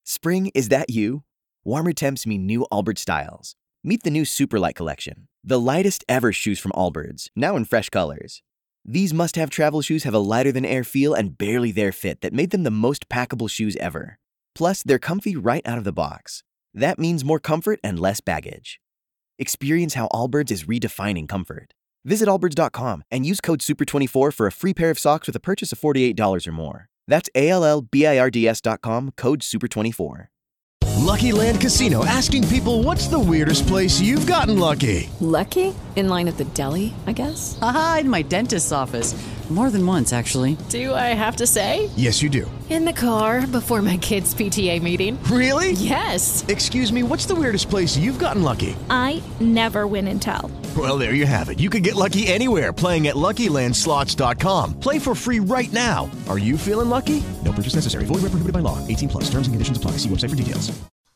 Spring, is that you? Warmer temps mean new Allbirds styles. Meet the new Superlight collection, the lightest ever shoes from Allbirds, now in fresh colors. These must-have travel shoes have a lighter-than-air feel and barely there fit that made them the most packable shoes ever. Plus, they're comfy right out of the box. That means more comfort and less baggage. Experience how Allbirds is redefining comfort. Visit allbirds.com and use code SUPER24 for a free pair of socks with a purchase of $48 or more. That's ALLBIRDS.com, code SUPER24. Lucky Land Casino, asking people, what's the weirdest place you've gotten lucky? Lucky? In line at the deli, I guess? Aha, in my dentist's office. More than once, actually. Do I have to say? Yes, you do. In the car before my kids' PTA meeting. Really? Yes. Excuse me, what's the weirdest place you've gotten lucky? I never win and tell. Well, there you have it. You can get lucky anywhere, playing at LuckyLandSlots.com. Play for free right now. Are you feeling lucky? No purchase necessary. Void where prohibited by law. 18 plus. Terms and conditions apply. See website for details.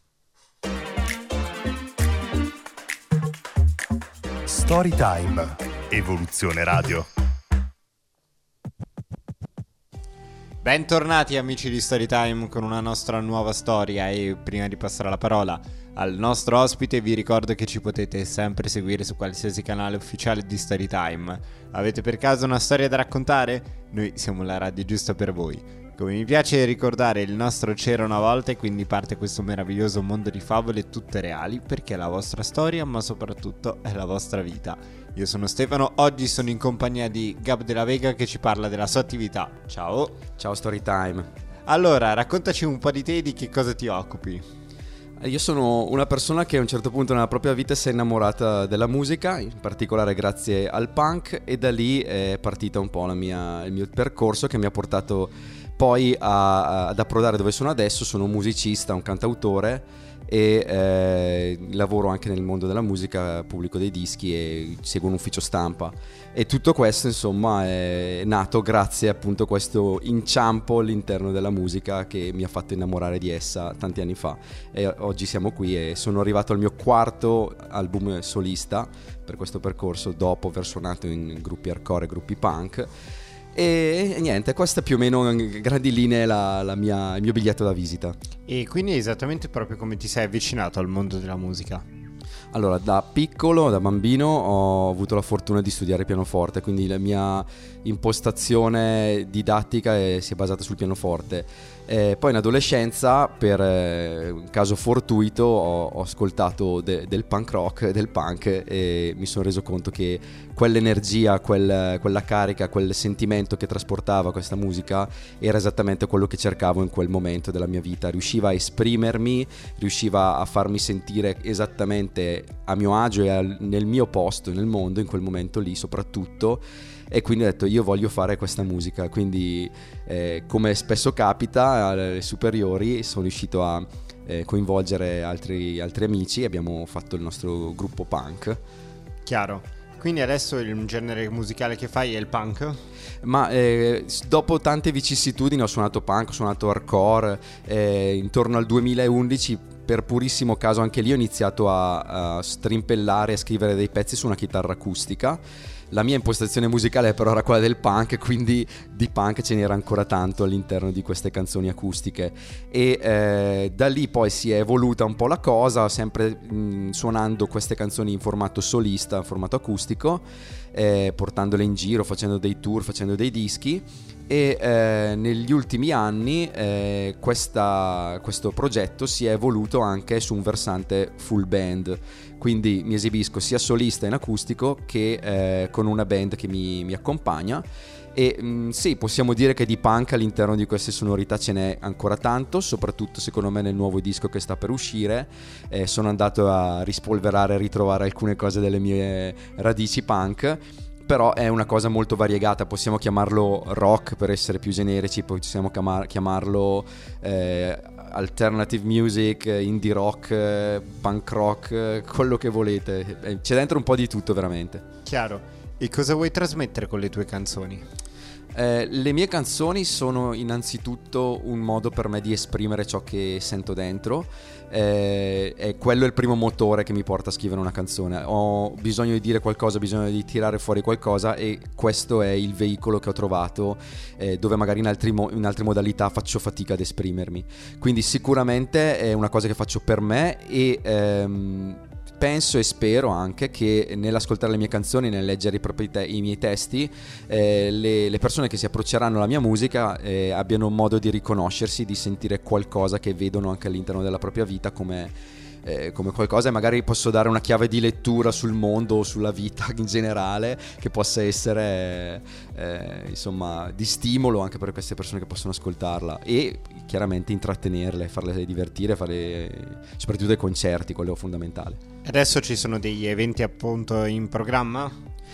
Storytime. Evoluzione Radio. Bentornati amici di Storytime con una nostra nuova storia, e prima di passare la parola al nostro ospite vi ricordo che ci potete sempre seguire su qualsiasi canale ufficiale di Storytime. Avete per caso una storia da raccontare? Noi siamo la radio giusta per voi. Come mi piace ricordare, il nostro c'era una volta, e quindi parte questo meraviglioso mondo di favole tutte reali, perché è la vostra storia, ma soprattutto è la vostra vita. Io sono Stefano, oggi sono in compagnia di Gab della Vega che ci parla della sua attività. Ciao. Ciao Storytime. Allora, raccontaci un po' di te e di che cosa ti occupi. Io sono una persona che a un certo punto nella propria vita si è innamorata della musica, in particolare grazie al punk, e da lì è partita un po' il mio percorso che mi ha portato poi ad approdare dove sono adesso. Sono un musicista, un cantautore e lavoro anche nel mondo della musica, pubblico dei dischi e seguo un ufficio stampa, e tutto questo insomma è nato grazie appunto a questo inciampo all'interno della musica che mi ha fatto innamorare di essa tanti anni fa, e oggi siamo qui e sono arrivato al mio quarto album solista per questo percorso, dopo aver suonato in gruppi hardcore e gruppi punk. E niente, questa più o meno in grandi linee è il mio biglietto da visita. E quindi esattamente proprio come ti sei avvicinato al mondo della musica? Allora, da piccolo, da bambino, ho avuto la fortuna di studiare pianoforte, quindi la mia impostazione didattica si è basata sul pianoforte. Poi in adolescenza, per un caso fortuito, ho ascoltato del punk rock, del punk, e mi sono reso conto che quell'energia, quella carica, quel sentimento che trasportava questa musica era esattamente quello che cercavo in quel momento della mia vita. Riusciva a esprimermi, riusciva a farmi sentire esattamente a mio agio e nel mio posto nel mondo in quel momento lì soprattutto, e quindi ho detto io voglio fare questa musica. Quindi come spesso capita alle superiori sono riuscito a coinvolgere altri amici e abbiamo fatto il nostro gruppo punk. Chiaro. Quindi adesso il genere musicale che fai è il punk? Ma dopo tante vicissitudini ho suonato punk, ho suonato hardcore, intorno al 2011 per purissimo caso anche lì ho iniziato a strimpellare, a scrivere dei pezzi su una chitarra acustica. La mia impostazione musicale però era quella del punk, quindi di punk ce n'era ancora tanto all'interno di queste canzoni acustiche, e da lì poi si è evoluta un po' la cosa, sempre suonando queste canzoni in formato solista, in formato acustico, portandole in giro, facendo dei tour, facendo dei dischi, e negli ultimi anni questo progetto si è evoluto anche su un versante full band, quindi mi esibisco sia solista in acustico che con una band che mi accompagna. E sì, possiamo dire che di punk all'interno di queste sonorità ce n'è ancora tanto, soprattutto secondo me nel nuovo disco che sta per uscire. Sono andato a rispolverare e ritrovare alcune cose delle mie radici punk, però è una cosa molto variegata. Possiamo chiamarlo rock per essere più generici, possiamo chiamarlo alternative music, indie rock, punk rock, quello che volete. C'è dentro un po' di tutto veramente. Chiaro. E cosa vuoi trasmettere con le tue canzoni? Le mie canzoni sono innanzitutto un modo per me di esprimere ciò che sento dentro, e quello è il primo motore che mi porta a scrivere una canzone. Ho bisogno di dire qualcosa, bisogno di tirare fuori qualcosa, e questo è il veicolo che ho trovato, dove magari in altre modalità faccio fatica ad esprimermi. Quindi sicuramente è una cosa che faccio per me, e penso e spero anche che nell'ascoltare le mie canzoni, nel leggere i miei testi, le persone che si approcceranno alla mia musica abbiano modo di riconoscersi, di sentire qualcosa che vedono anche all'interno della propria vita come qualcosa, e magari posso dare una chiave di lettura sul mondo o sulla vita in generale, che possa essere insomma di stimolo anche per queste persone che possono ascoltarla, e chiaramente intrattenerle, farle divertire, soprattutto ai concerti, quello è fondamentale. Adesso ci sono degli eventi appunto in programma?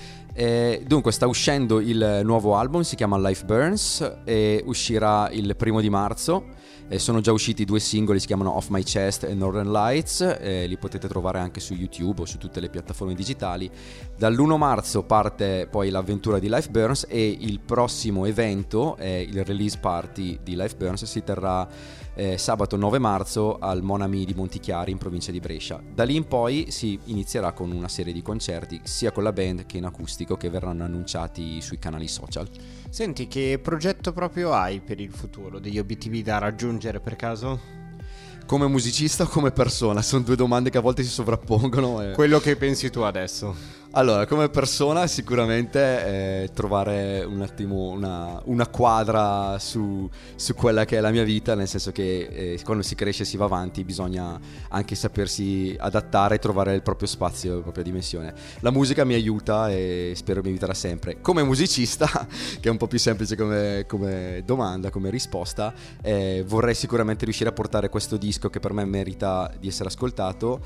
Dunque sta uscendo il nuovo album, si chiama Life Burns, e uscirà il 1 marzo. Sono già usciti 2 singoli, si chiamano Off My Chest e Northern Lights, li potete trovare anche su YouTube o su tutte le piattaforme digitali. Dall'1 marzo parte poi l'avventura di Life Burns, e il prossimo evento, il release party di Life Burns, si terrà sabato 9 marzo al Mon Ami di Montichiari, in provincia di Brescia. Da lì in poi si inizierà con una serie di concerti sia con la band che in acustico, che verranno annunciati sui canali social. Senti, che progetto proprio hai per il futuro? Degli obiettivi da raggiungere per caso? Come musicista o come persona? Sono 2 domande che a volte si sovrappongono. Quello che pensi tu adesso. Allora, come persona sicuramente trovare un attimo una quadra su quella che è la mia vita, nel senso che quando si cresce e si va avanti bisogna anche sapersi adattare e trovare il proprio spazio, la propria dimensione. La musica mi aiuta e spero mi aiuterà sempre. Come musicista, che è un po' più semplice come domanda, come risposta, vorrei sicuramente riuscire a portare questo disco, che per me merita di essere ascoltato,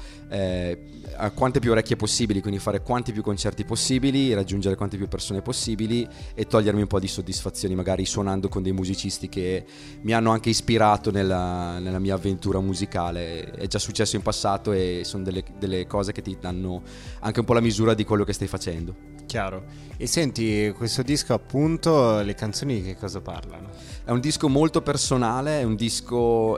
a quante più orecchie possibili, quindi fare quanti più concerti possibili, raggiungere quante più persone possibili, e togliermi un po' di soddisfazioni magari suonando con dei musicisti che mi hanno anche ispirato nella mia avventura musicale. È già successo in passato, e sono delle cose che ti danno anche un po' la misura di quello che stai facendo. Chiaro. E senti, questo disco appunto, le canzoni di che cosa parlano? È un disco molto personale, è un disco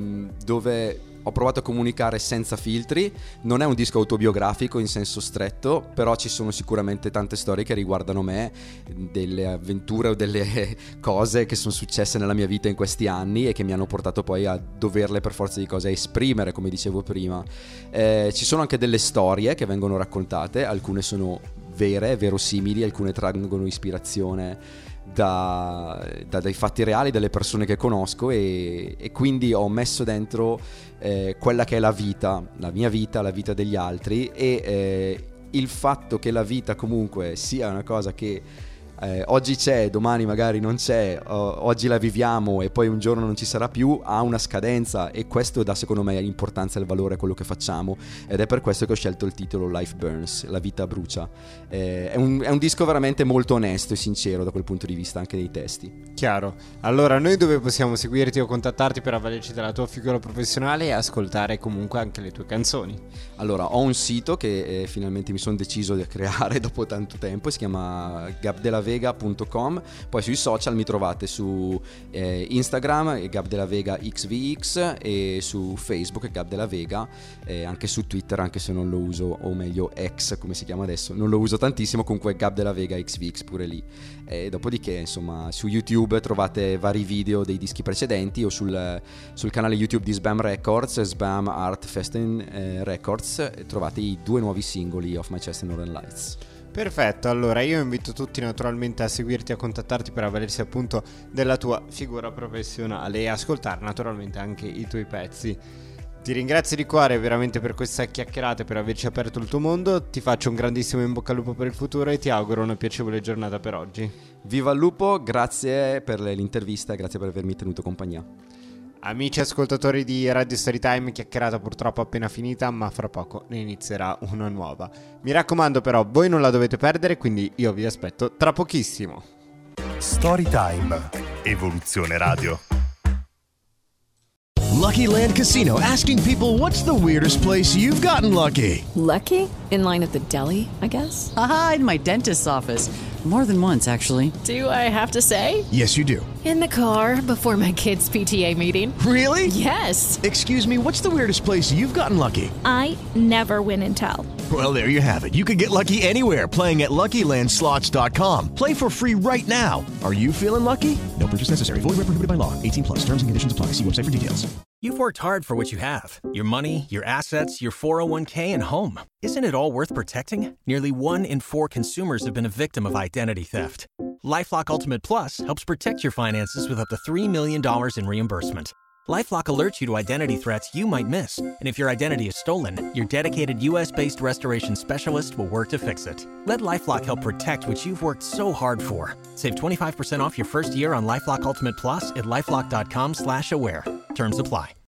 dove ho provato a comunicare senza filtri. Non è un disco autobiografico in senso stretto, però ci sono sicuramente tante storie che riguardano me, delle avventure o delle cose che sono successe nella mia vita in questi anni e che mi hanno portato poi a doverle per forza di cose esprimere, come dicevo prima. Ci sono anche delle storie che vengono raccontate, alcune sono vere, verosimili, alcune traggono ispirazione dai fatti reali delle persone che conosco, e quindi ho messo dentro quella che è la mia vita, la vita degli altri, e il fatto che la vita comunque sia una cosa che oggi c'è, domani magari non c'è, oggi la viviamo e poi un giorno non ci sarà più, ha una scadenza, e questo dà secondo me l'importanza e il valore a quello che facciamo, ed è per questo che ho scelto il titolo Life Burns, la vita brucia. È un disco veramente molto onesto e sincero da quel punto di vista, anche dei testi. Chiaro. Allora, noi dove possiamo seguirti o contattarti per avvalerci della tua figura professionale e ascoltare comunque anche le tue canzoni? Allora, ho un sito che finalmente mi sono deciso di creare dopo tanto tempo, si chiama gabdelavega.com. Poi sui social mi trovate su Instagram gabdelavega xvx, e su Facebook gabdelavega, anche su Twitter, anche se non lo uso, o meglio X come si chiama adesso, non lo uso tantissimo, comunque gabdelavega xvx pure lì. E dopodiché insomma su YouTube trovate vari video dei dischi precedenti, o sul canale YouTube di Sbam Records, Sbam Art Festen Records, trovate i 2 nuovi singoli, Off My Chest e Northern Lights. Perfetto, allora io invito tutti naturalmente a seguirti, a contattarti per avvalersi appunto della tua figura professionale e ascoltare naturalmente anche i tuoi pezzi. Ti ringrazio di cuore veramente per questa chiacchierata, per averci aperto il tuo mondo. Ti faccio un grandissimo in bocca al lupo per il futuro e ti auguro una piacevole giornata per oggi. Viva il lupo, grazie per l'intervista e grazie per avermi tenuto compagnia. Amici ascoltatori di Radio Storytime, chiacchierata purtroppo appena finita, ma fra poco ne inizierà una nuova. Mi raccomando però, voi non la dovete perdere, quindi io vi aspetto tra pochissimo. Storytime, Evoluzione Radio. Lucky Land Casino, asking people, what's the weirdest place you've gotten lucky? Lucky? In line at the deli, I guess? Aha, in my dentist's office. More than once, actually. Do I have to say? Yes, you do. In the car before my kids' PTA meeting. Really? Yes. Excuse me, what's the weirdest place you've gotten lucky? I never win and tell. Well, there you have it. You can get lucky anywhere, playing at LuckyLandSlots.com. Play for free right now. Are you feeling lucky? No purchase necessary. Void where prohibited by law. 18 plus. Terms and conditions apply. See website for details. You've worked hard for what you have. Your money, your assets, your 401k, and home. Isn't it all worth protecting? Nearly 1 in 4 consumers have been a victim of identity theft. LifeLock Ultimate Plus helps protect your finances with up to $3 million in reimbursement. LifeLock alerts you to identity threats you might miss. And if your identity is stolen, your dedicated U.S.-based restoration specialist will work to fix it. Let LifeLock help protect what you've worked so hard for. Save 25% off your first year on LifeLock Ultimate Plus at LifeLock.com/aware. Terms apply.